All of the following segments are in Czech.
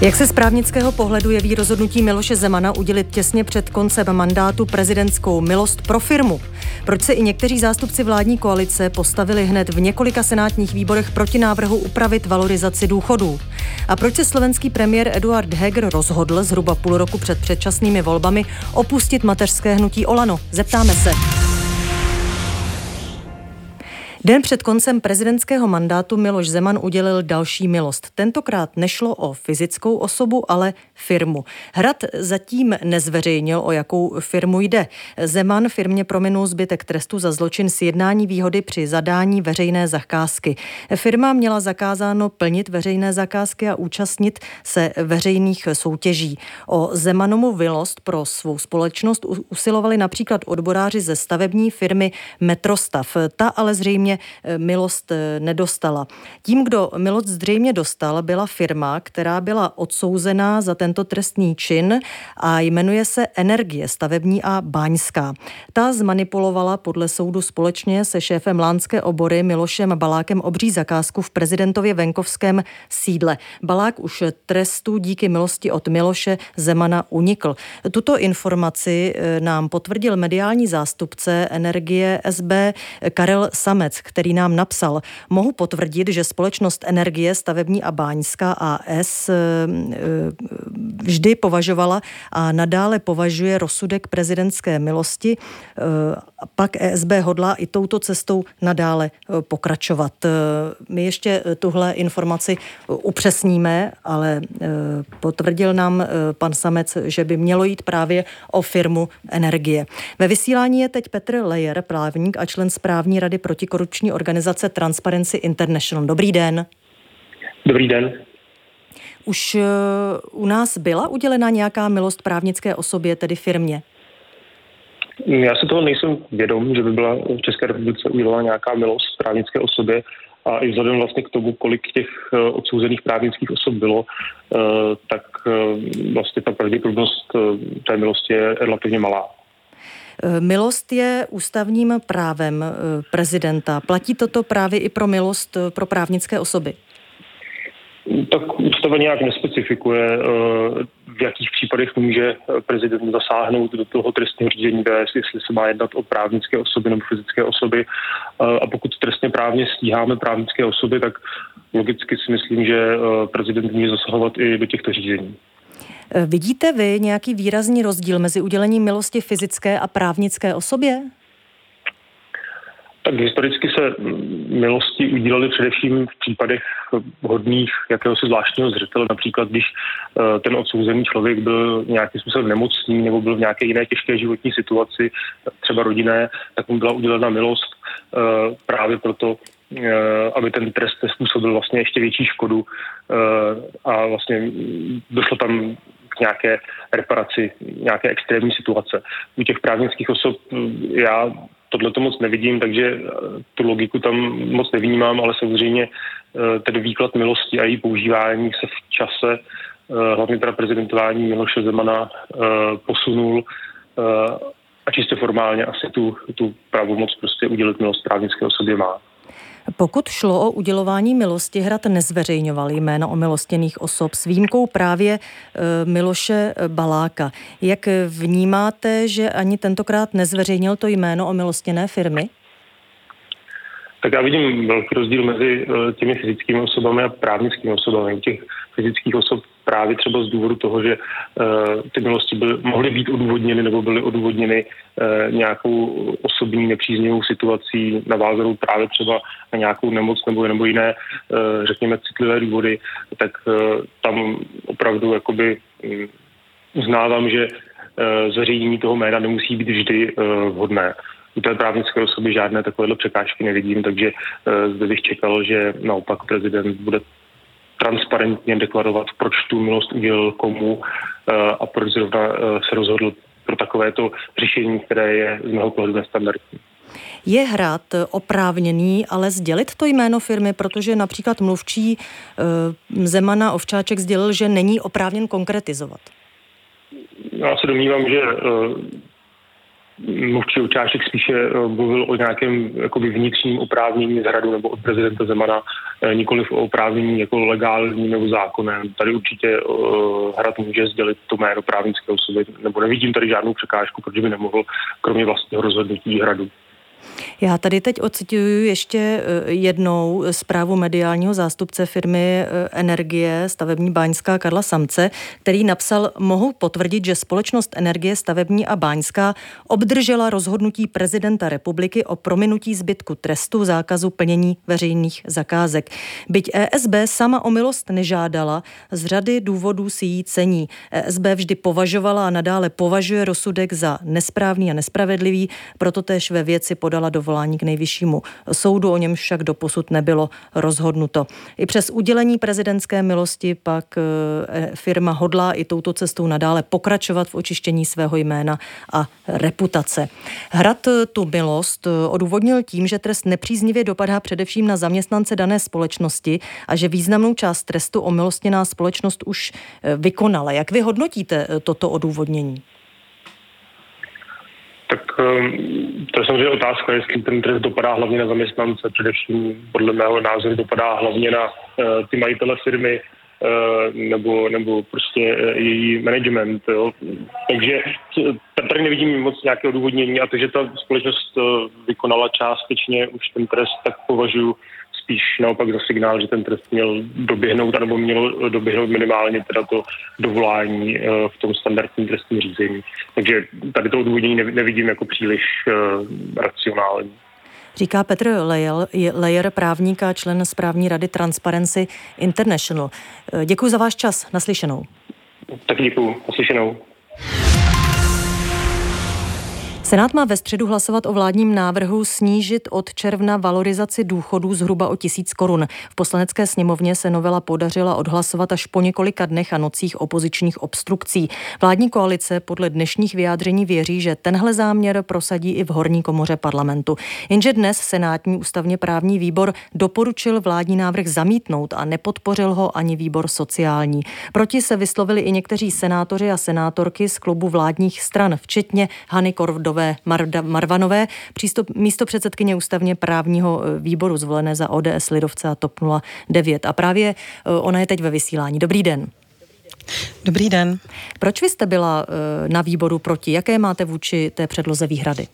Jak se z právnického pohledu jeví rozhodnutí Miloše Zemana udělit těsně před koncem mandátu prezidentskou milost pro firmu? Proč se i někteří zástupci vládní koalice postavili hned v několika senátních výborech proti návrhu upravit valorizaci důchodů? A proč se slovenský premiér Eduard Heger rozhodl zhruba půl roku před předčasnými volbami opustit mateřské hnutí Olano? Zeptáme se. Den před koncem prezidentského mandátu Miloš Zeman udělil další milost. Tentokrát nešlo o fyzickou osobu, ale firmu. Hrad zatím nezveřejnil, o jakou firmu jde. Zeman firmě prominul zbytek trestu za zločin sjednání výhody při zadání veřejné zakázky. Firma měla zakázáno plnit veřejné zakázky a účastnit se veřejných soutěží. O Zemanovu milost pro svou společnost usilovali například odboráři ze stavební firmy Metrostav. Ta ale zřejmě milost nedostala. Tím, kdo milost zřejmě dostal, byla firma, která byla odsouzená za tento trestný čin a jmenuje se Energie stavební a báňská. Ta zmanipulovala podle soudu společně se šéfem lánské obory Milošem Balákem obří zakázku v prezidentově venkovském sídle. Balák už trestu díky milosti od Miloše Zemana unikl. Tuto informaci nám potvrdil mediální zástupce Energie SB Karel Samec, který nám napsal: mohu potvrdit, že společnost Energie stavební a báňská AS vždy považovala a nadále považuje rozsudek prezidentské milosti. Pak ESB hodlá i touto cestou nadále pokračovat. My ještě tuhle informaci upřesníme, ale potvrdil nám pan Samec, že by mělo jít právě o firmu Energie. Ve vysílání je teď Petr Lejer, právník a člen správní rady protikorupční organizace Transparency International. Dobrý den. Dobrý den. Už u nás byla udělena nějaká milost právnické osobě, tedy firmě? Já se toho nejsem vědom, že by byla v České republice udělena nějaká milost právnické osobě, a i vzhledem vlastně k tomu, kolik těch odsouzených právnických osob bylo, tak vlastně ta pravděpodobnost té milosti je relativně malá. Milost je ústavním právem prezidenta. Platí toto právě i pro milost pro právnické osoby? Tak ústava nějak nespecifikuje, v jakých případech může prezident zasáhnout do toho trestního řízení vést, jestli se má jednat o právnické osoby nebo fyzické osoby. A pokud trestně právně stíháme právnické osoby, tak logicky si myslím, že prezident může zasahovat i do těchto řízení. Vidíte vy nějaký výrazný rozdíl mezi udělením milosti fyzické a právnické osobě? Tak historicky se milosti udělaly především v případech hodných jakéhosi zvláštního zřetele. Například, když ten odsouzený člověk byl nějakým způsobem nemocný nebo byl v nějaké jiné těžké životní situaci, třeba rodinné, tak mu byla udělena milost právě proto, aby ten trest nezpůsobil vlastně ještě větší škodu a vlastně došlo tam k nějaké reparaci, nějaké extrémní situace. U těch právnických osob já tohleto moc nevidím, takže tu logiku tam moc nevnímám, ale samozřejmě ten výklad milosti a její používání se v čase, hlavně teda prezidentování Miloše Zemana, posunul a čistě formálně asi tu pravomoc prostě udělit milost právnické osobě má. Pokud šlo o udělování milosti, Hrad nezveřejňoval jméno omilostněných osob s výjimkou právě Miloše Baláka. Jak vnímáte, že ani tentokrát nezveřejnil to jméno omilostněné firmy? Tak já vidím velký rozdíl mezi těmi fyzickými osobami a právnickými osobami. U těch fyzických osob právě třeba z důvodu toho, že ty milosti mohly být odůvodněny nebo byly odůvodněny nějakou osobní nepříznivou situací, navázanou právě třeba na nějakou nemoc nebo jiné, řekněme, citlivé důvody, tak tam opravdu jakoby uznávám, že zveřejnění toho jména nemusí být vždy vhodné. U té právnické osoby žádné takovéhle překážky nevidím, takže zde bych čekal, že naopak prezident bude transparentně deklarovat, proč tu milost udělal komu a proč zrovna se rozhodl pro takovéto řešení, které je z mého pohledu nestandardní. Je Hrad oprávněný ale sdělit to jméno firmy, protože například mluvčí Zemana Ovčáček sdělil, že není oprávněn konkretizovat? Já se domnívám, že mluvčí Ovčáček spíše mluvil o nějakém jakoby vnitřním oprávnění z Hradu nebo od prezidenta Zemana nikoliv o oprávnění jako legální nebo zákonem. Tady určitě Hrad může sdělit to jméno právnické osoby, nebo nevidím tady žádnou překážku, protože by nemohl kromě vlastního rozhodnutí Hradu. Já tady teď ocituju ještě jednou zprávu mediálního zástupce firmy Energie stavební báňská Karla Samce, který napsal: mohu potvrdit, že společnost Energie stavební a báňská obdržela rozhodnutí prezidenta republiky o prominutí zbytku trestu zákazu plnění veřejných zakázek. Byť ESB sama o milost nežádala, z řady důvodů si jí cení. ESB vždy považovala a nadále považuje rozsudek za nesprávný a nespravedlivý, proto též ve věci podala dovolání k nejvyššímu soudu, o něm však doposud nebylo rozhodnuto. I přes udělení prezidentské milosti pak firma hodlá i touto cestou nadále pokračovat v očištění svého jména a reputace. Hrad tu milost odůvodnil tím, že trest nepříznivě dopadá především na zaměstnance dané společnosti a že významnou část trestu omilostněná společnost už vykonala. Jak vy hodnotíte toto odůvodnění? Tak to je samozřejmě otázka, jestli ten trest dopadá hlavně na zaměstnance, především podle mého názoru dopadá hlavně na ty majitele firmy nebo prostě její management. Jo. Takže tady nevidím moc nějaké odůvodnění a to, že ta společnost vykonala částečně už ten trest, tak považuji spíš naopak za signál, že ten trest měl doběhnout, anebo mělo doběhnout minimálně teda to dovolání v tom standardním trestním řízení. Takže tady to odůvodnění nevidím jako příliš racionální. Říká Petr Lejer, právník a člen správní rady Transparency International. Děkuji za váš čas. Naslyšenou. Tak děkuji. Naslyšenou. Senát má ve středu hlasovat o vládním návrhu snížit od června valorizaci důchodů zhruba o 1000 korun. V Poslanecké sněmovně se novela podařila odhlasovat až po několika dnech a nocích opozičních obstrukcí. Vládní koalice podle dnešních vyjádření věří, že tenhle záměr prosadí i v horní komoře parlamentu. Jenže dnes senátní ústavně právní výbor doporučil vládní návrh zamítnout a nepodpořil ho ani výbor sociální. Proti se vyslovili i někteří senátoři a senátorky z klubu vládních stran, včetně Hany Kordové Marvanové, místopředsedkyně ústavně právního výboru zvolené za ODS, Lidovce a TOP 09. A právě ona je teď ve vysílání. Dobrý den. Dobrý den. Proč vy jste byla na výboru proti? Jaké máte vůči té předloze výhrady?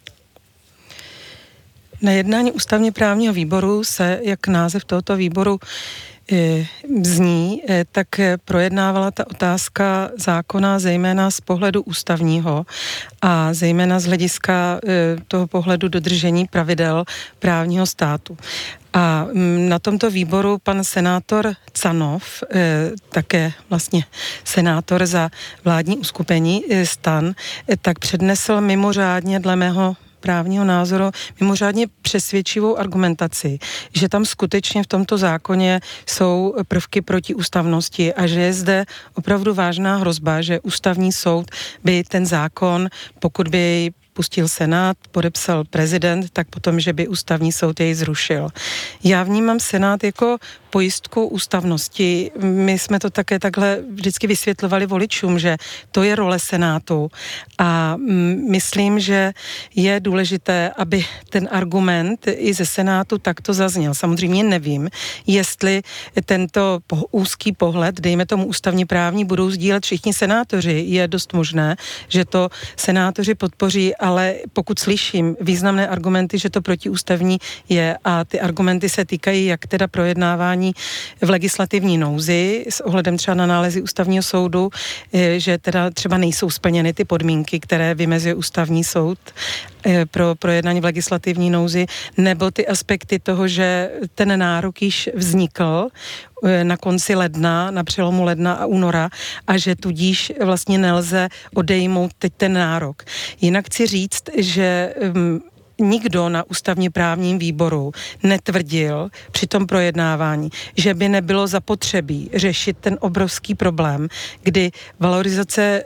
Na jednání ústavně právního výboru se, jak název tohoto výboru zní, tak projednávala ta otázka zákona zejména z pohledu ústavního a zejména z hlediska toho pohledu dodržení pravidel právního státu. A na tomto výboru pan senátor Canov, také vlastně senátor za vládní uskupení STAN, tak přednesl mimořádně dle mého právního názoru mimořádně přesvědčivou argumentaci, že tam skutečně v tomto zákoně jsou prvky protiústavnosti a že je zde opravdu vážná hrozba, že ústavní soud by ten zákon, pokud by jej pustil Senát, podepsal prezident, tak potom, že by ústavní soud jej zrušil. Já vnímám Senát jako pojistku ústavnosti. My jsme to také takhle vždycky vysvětlovali voličům, že to je role Senátu a myslím, že je důležité, aby ten argument i ze Senátu takto zazněl. Samozřejmě nevím, jestli tento úzký pohled, dejme tomu ústavně právní, budou sdílet všichni senátoři. Je dost možné, že to senátoři podpoří, ale pokud slyším významné argumenty, že to protiústavní je a ty argumenty se týkají jak teda projednávání v legislativní nouzi s ohledem třeba na nálezy ústavního soudu, že teda třeba nejsou splněny ty podmínky, které vymezuje ústavní soud pro projednání v legislativní nouzi, nebo ty aspekty toho, že ten nárok již vznikl na konci ledna, na přelomu ledna a února a že tudíž vlastně nelze odejmout teď ten nárok. Jinak chci říct, že nikdo na ústavně právním výboru netvrdil při tom projednávání, že by nebylo zapotřebí řešit ten obrovský problém, kdy valorizace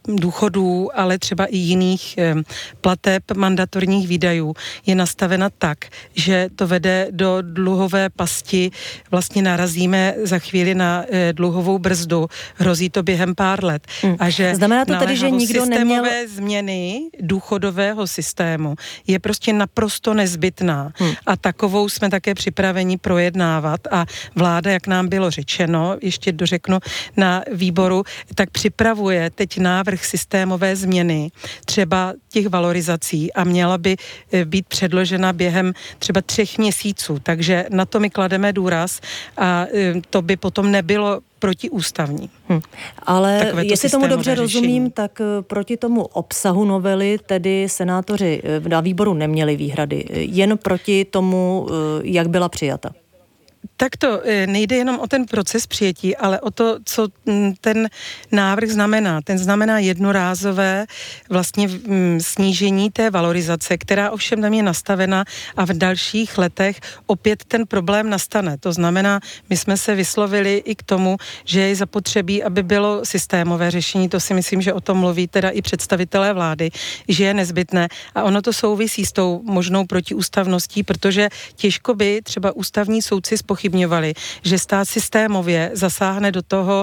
důchodů, ale třeba i jiných plateb mandatorních výdajů je nastavena tak, že to vede do dluhové pasti, vlastně narazíme za chvíli na dluhovou brzdu, hrozí to během pár let. A že znamená to tedy, že nikdo systémové změny důchodového systému je prostě naprosto nezbytná a takovou jsme také připraveni projednávat a vláda, jak nám bylo řečeno, ještě dořeknu na výboru, tak připravuje teď návrh systémové změny třeba těch valorizací a měla by být předložena během třeba 3 měsíců, takže na to my klademe důraz a to by potom nebylo protiústavní. Ale jestli tomu dobře rozumím, tak proti tomu obsahu novely tedy senátoři na výboru neměli výhrady, jen proti tomu, jak byla přijata. Tak to nejde jenom o ten proces přijetí, ale o to, co ten návrh znamená. Ten znamená jednorázové vlastně snížení té valorizace, která ovšem tam je nastavena a v dalších letech opět ten problém nastane. To znamená, my jsme se vyslovili i k tomu, že je zapotřebí, aby bylo systémové řešení. To si myslím, že o tom mluví teda i představitelé vlády, že je nezbytné. A ono to souvisí s tou možnou protiústavností, protože těžko by třeba ústavní soudci zpochybňovali, že stát systémově zasáhne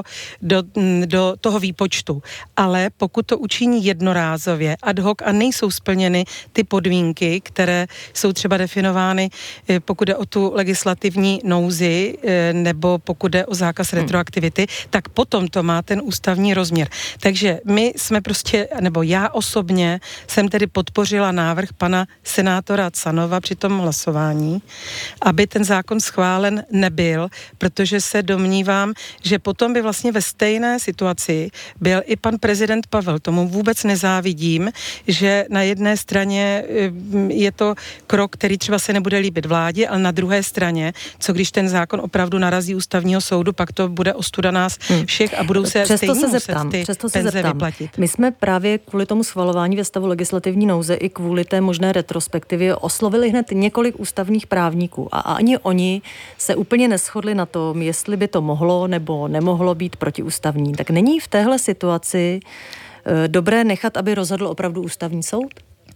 do toho výpočtu. Ale pokud to učiní jednorázově, ad hoc a nejsou splněny ty podmínky, které jsou třeba definovány, pokud jde o tu legislativní nouzi nebo pokud jde o zákaz retroaktivity, tak potom to má ten ústavní rozměr. Takže my jsme prostě, nebo já osobně jsem tedy podpořila návrh pana senátora Canova při tom hlasování, aby ten zákon schválen nebyl, protože se domnívám, že potom by vlastně ve stejné situaci byl i pan prezident Pavel. Tomu vůbec nezávidím, že na jedné straně je to krok, který třeba se nebude líbit vládě, ale na druhé straně, co když ten zákon opravdu narazí ústavního soudu, pak to bude ostuda nás všech a budou se stejně muset ty penze vyplatit. My jsme právě kvůli tomu schvalování ve stavu legislativní nouze i kvůli té možné retrospektivě oslovili hned několik ústavních právníků a ani oni se úplně neshodli na tom, jestli by to mohlo nebo nemohlo být protiústavní. Tak není v téhle situaci dobré nechat, aby rozhodl opravdu ústavní soud?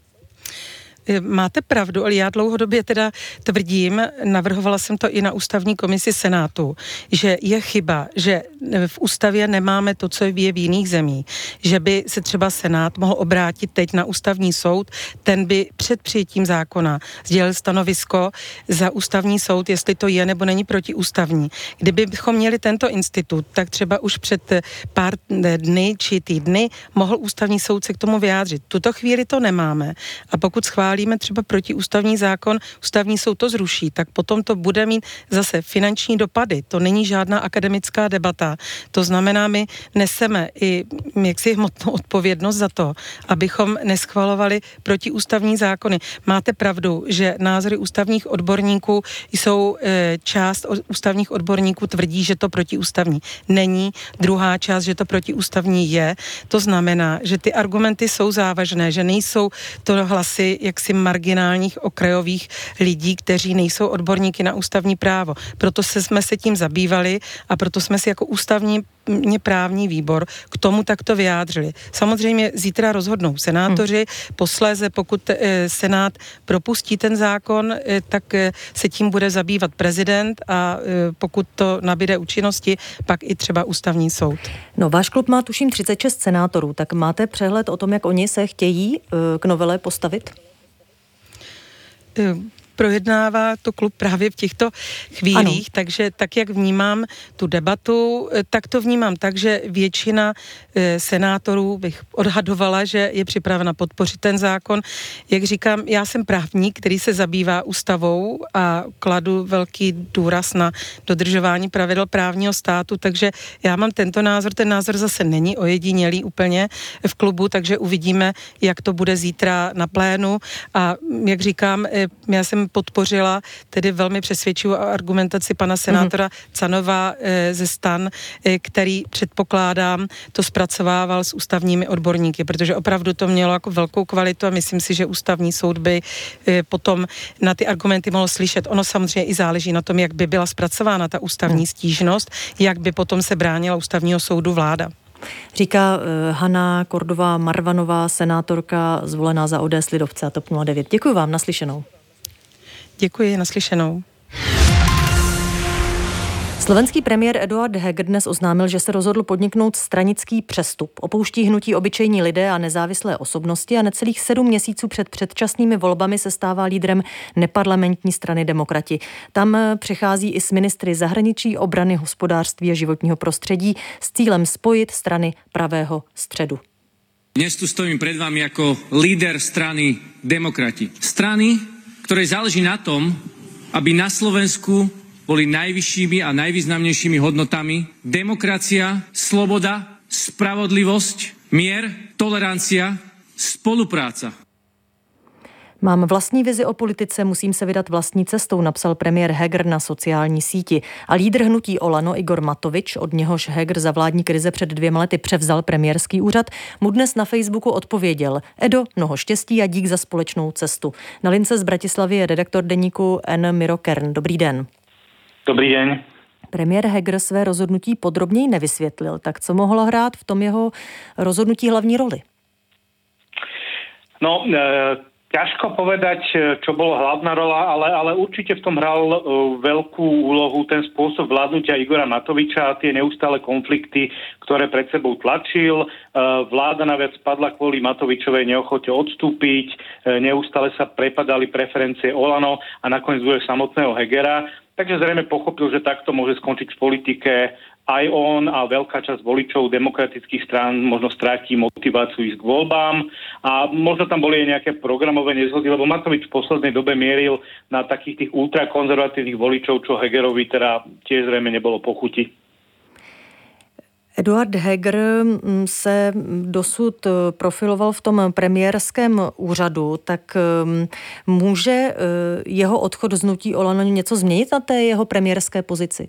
Máte pravdu, ale já dlouhodobě teda tvrdím, navrhovala jsem to i na ústavní komisi Senátu, že je chyba, že v ústavě nemáme to, co je v jiných zemích, že by se třeba Senát mohl obrátit teď na ústavní soud, ten by před přijetím zákona sdělil stanovisko za ústavní soud, jestli to je nebo není protiústavní. Kdybychom měli tento institut, tak třeba už před pár dny či týdny mohl ústavní soud se k tomu vyjádřit. Tuto chvíli to nemáme a pokud schválíme třeba protiústavní zákon, ústavní soud to zruší, tak potom to bude mít zase finanční dopady. To není žádná akademická debata. To znamená, my neseme i jaksi hmotnou odpovědnost za to, abychom neschvalovali protiústavní zákony. Máte pravdu, že názory ústavních odborníků jsou, část ústavních odborníků tvrdí, že to protiústavní není, druhá část, že to protiústavní je. To znamená, že ty argumenty jsou závažné, že nejsou to hlasy jaksi marginálních okrajových lidí, kteří nejsou odborníky na ústavní právo. Proto jsme se tím zabývali a proto jsme si jako ústavní právní výbor k tomu takto vyjádřili. Samozřejmě zítra rozhodnou senátoři, posléze pokud Senát propustí ten zákon, tak se tím bude zabývat prezident a pokud to nabyde účinnosti, pak i třeba ústavní soud. No, váš klub má tuším 36 senátorů, tak máte přehled o tom, jak oni se chtějí k novele postavit? Projednává to klub právě v těchto chvílích, takže tak, jak vnímám tu debatu, tak to vnímám tak, že většina senátorů bych odhadovala, že je připravena podpořit ten zákon. Jak říkám, já jsem právník, který se zabývá ústavou a kladu velký důraz na dodržování pravidel právního státu, takže já mám tento názor. Ten názor zase není ojedinělý úplně v klubu, takže uvidíme, jak to bude zítra na plénu a jak říkám, já jsem podpořila tedy velmi přesvědčivou argumentaci pana senátora Canova ze STAN, který předpokládám to zpracovával s ústavními odborníky, protože opravdu to mělo jako velkou kvalitu a myslím si, že ústavní soud by potom na ty argumenty mohl slyšet. Ono samozřejmě i záleží na tom, jak by byla zpracována ta ústavní stížnost, jak by potom se bránila ústavního soudu vláda. Říká Hana Kordová Marvanová, senátorka zvolená za ODS, lidovce a TOP 09. Děkuji vám, naslyšenou. Děkuji, naslyšenou. Slovenský premiér Eduard Heger dnes oznámil, že se rozhodl podniknout stranický přestup. Opouští hnutí Obyčejní lidé a nezávislé osobnosti a necelých 7 měsíců před předčasnými volbami se stává lídrem neparlamentní strany Demokrati. Tam přichází i s ministry zahraničí, obrany, hospodářství a životního prostředí s cílem spojit strany pravého středu. Dnes tu stojím pred vami jako líder strany Demokrati. Strany, ktorej záleží na tom, aby na Slovensku boli najvyššími a najvýznamnejšími hodnotami demokracia, sloboda, spravodlivosť, mier, tolerancia, spolupráca. Mám vlastní vizi o politice, musím se vydat vlastní cestou, napsal premiér Heger na sociální síti. A lídr hnutí Olano Igor Matovič, od něhož Heger za vládní krize před 2 lety převzal premiérský úřad, mu dnes na Facebooku odpověděl: Edo, mnoho štěstí a dík za společnou cestu. Na lince z Bratislavy je redaktor deníku N. Miro Kern. Dobrý den. Dobrý den. Premiér Heger své rozhodnutí podrobněji nevysvětlil, tak co mohlo hrát v tom jeho rozhodnutí hlavní roli? No, ťažko povedať, čo bolo hlavná rola, ale určite v tom hral veľkú úlohu ten spôsob vládnutia Igora Matoviča a tie neustále konflikty, ktoré pred sebou tlačil. Vláda naviac spadla kvôli Matovičovej neochote odstúpiť, neustále sa prepadali preferencie Olano a nakoniec bude samotného Hegera. Takže zrejme pochopil, že takto môže skončiť v politike aj on a veľká časť voličov demokratických strán možno stratí motiváciu ísť k voľbám a možno tam boli aj nejaké programové nezhody, lebo Matovič v poslednej dobe mieril na takých tých ultrakonzervatívnych voličov, čo Hegerovi teda tiež zrejme nebolo pochuti. Eduard Heger se dosud profiloval v tom premiérském úřadu, tak může jeho odchod z hnutí Olano něco změnit na té jeho premiérské pozici?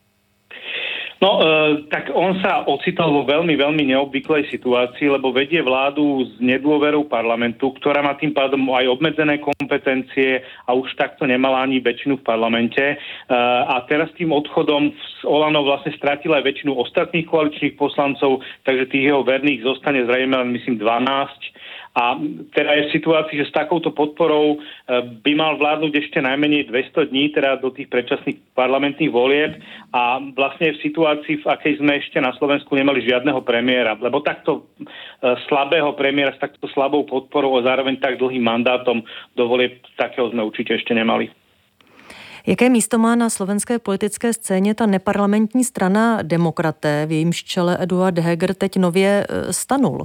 No, tak on sa ocitol vo veľmi, veľmi neobvyklej situácii, lebo vedie vládu s nedôverou parlamentu, ktorá má tým pádom aj obmedzené kompetencie a už takto nemala ani väčšinu v parlamente. A teraz tým odchodom Olano vlastne stratila aj väčšinu ostatných koaličných poslancov, takže tých jeho verných zostane zrejme len, myslím, 12. A teda je v situácii, že s takouto podporou by mal vládnuť ešte najmenej 200 dní, teda do tých predčasných parlamentných volieb a vlastne v situácii, v akej sme ešte na Slovensku nemali žiadneho premiéra, lebo takto slabého premiéra s takto slabou podporou a zároveň tak dlhým mandátom do volieb takého sme určite ešte nemali. Jaké místo má na slovenské politické scéně ta neparlamentní strana Demokraté, v jejímž čele Eduard Heger teď nově stanul?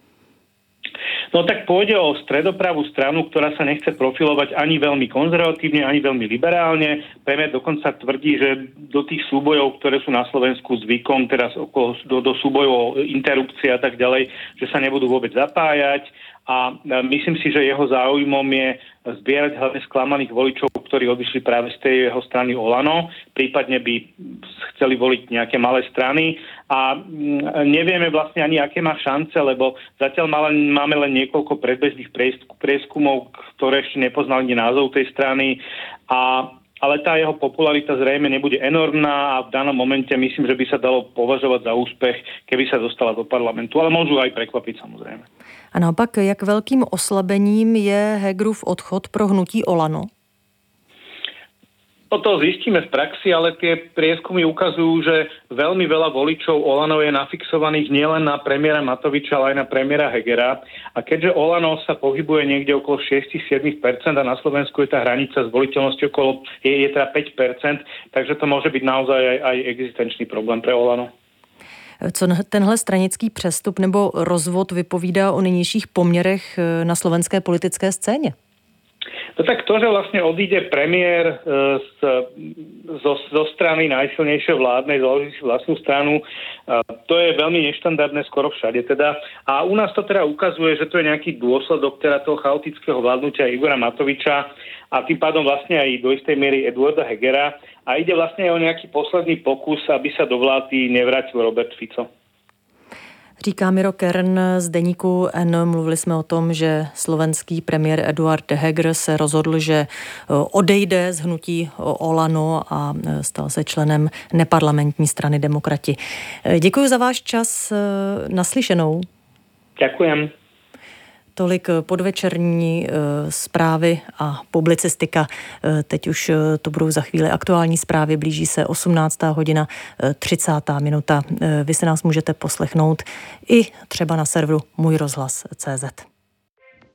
No tak pôjde o stredopravú stranu, ktorá sa nechce profilovať ani veľmi konzervatívne, ani veľmi liberálne. Premiér dokonca tvrdí, že do tých súbojov, ktoré sú na Slovensku zvykom, teraz do súbojov o interrupcie a tak ďalej, že sa nebudú vôbec zapájať. A myslím si, že jeho záujmom je zbierať hlavne sklamaných voličov, ktorí odišli práve z tej jeho strany Olano, prípadne by chceli voliť nejaké malé strany a nevieme vlastne ani, aké má šance, lebo zatiaľ máme len niekoľko predbežných prieskumov, ktoré ešte nepoznali názov tej strany ale tá jeho popularita zrejme nebude enormná a v danom momente myslím, že by sa dalo považovať za úspech, keby sa dostala do parlamentu, ale môžu aj prekvapiť samozrejme. A naopak, jak velkým oslabením je Hegerův odchod pro hnutí Olano? To zistíme v praxi, ale tie prieskumy ukazujú, že veľmi veľa voličov Olano je nafixovaných nielen na premiéra Matoviča, ale aj na premiéra Hegera. A keďže Olano sa pohybuje niekde okolo 6-7% a na Slovensku je tá hranica s voliteľnosťou okolo je teda 5%, takže to môže byť naozaj aj existenčný problém pre Olano. Co tenhle stranický přestup nebo rozvod vypovídá o nynějších poměrech na slovenské politické scéně? No tak to, že vlastne odíde premiér zo strany najsilnejšej vládnej, založí si vlastnú stranu, to je veľmi neštandardné skoro všade teda. A u nás to teda ukazuje, že to je nejaký dôsledok teda toho chaotického vládnutia Igora Matoviča a tým pádom vlastne aj do istej miery Eduarda Hegera. A ide vlastne o nejaký posledný pokus, aby sa do vlády nevrátil Robert Fico. Říká Miro Kern z deníku N. Mluvili jsme o tom, že slovenský premiér Eduard Heger se rozhodl, že odejde z hnutí Olano a stal se členem neparlamentní strany Demokrati. Děkuji za váš čas. Naslyšenou. Ďakujem. Tolik podvečerní zprávy a publicistika. Teď už to budou za chvíli aktuální zprávy. Blíží se 18. hodina 30. minuta. Vy se nás můžete poslechnout i třeba na serveru můjrozhlas.cz.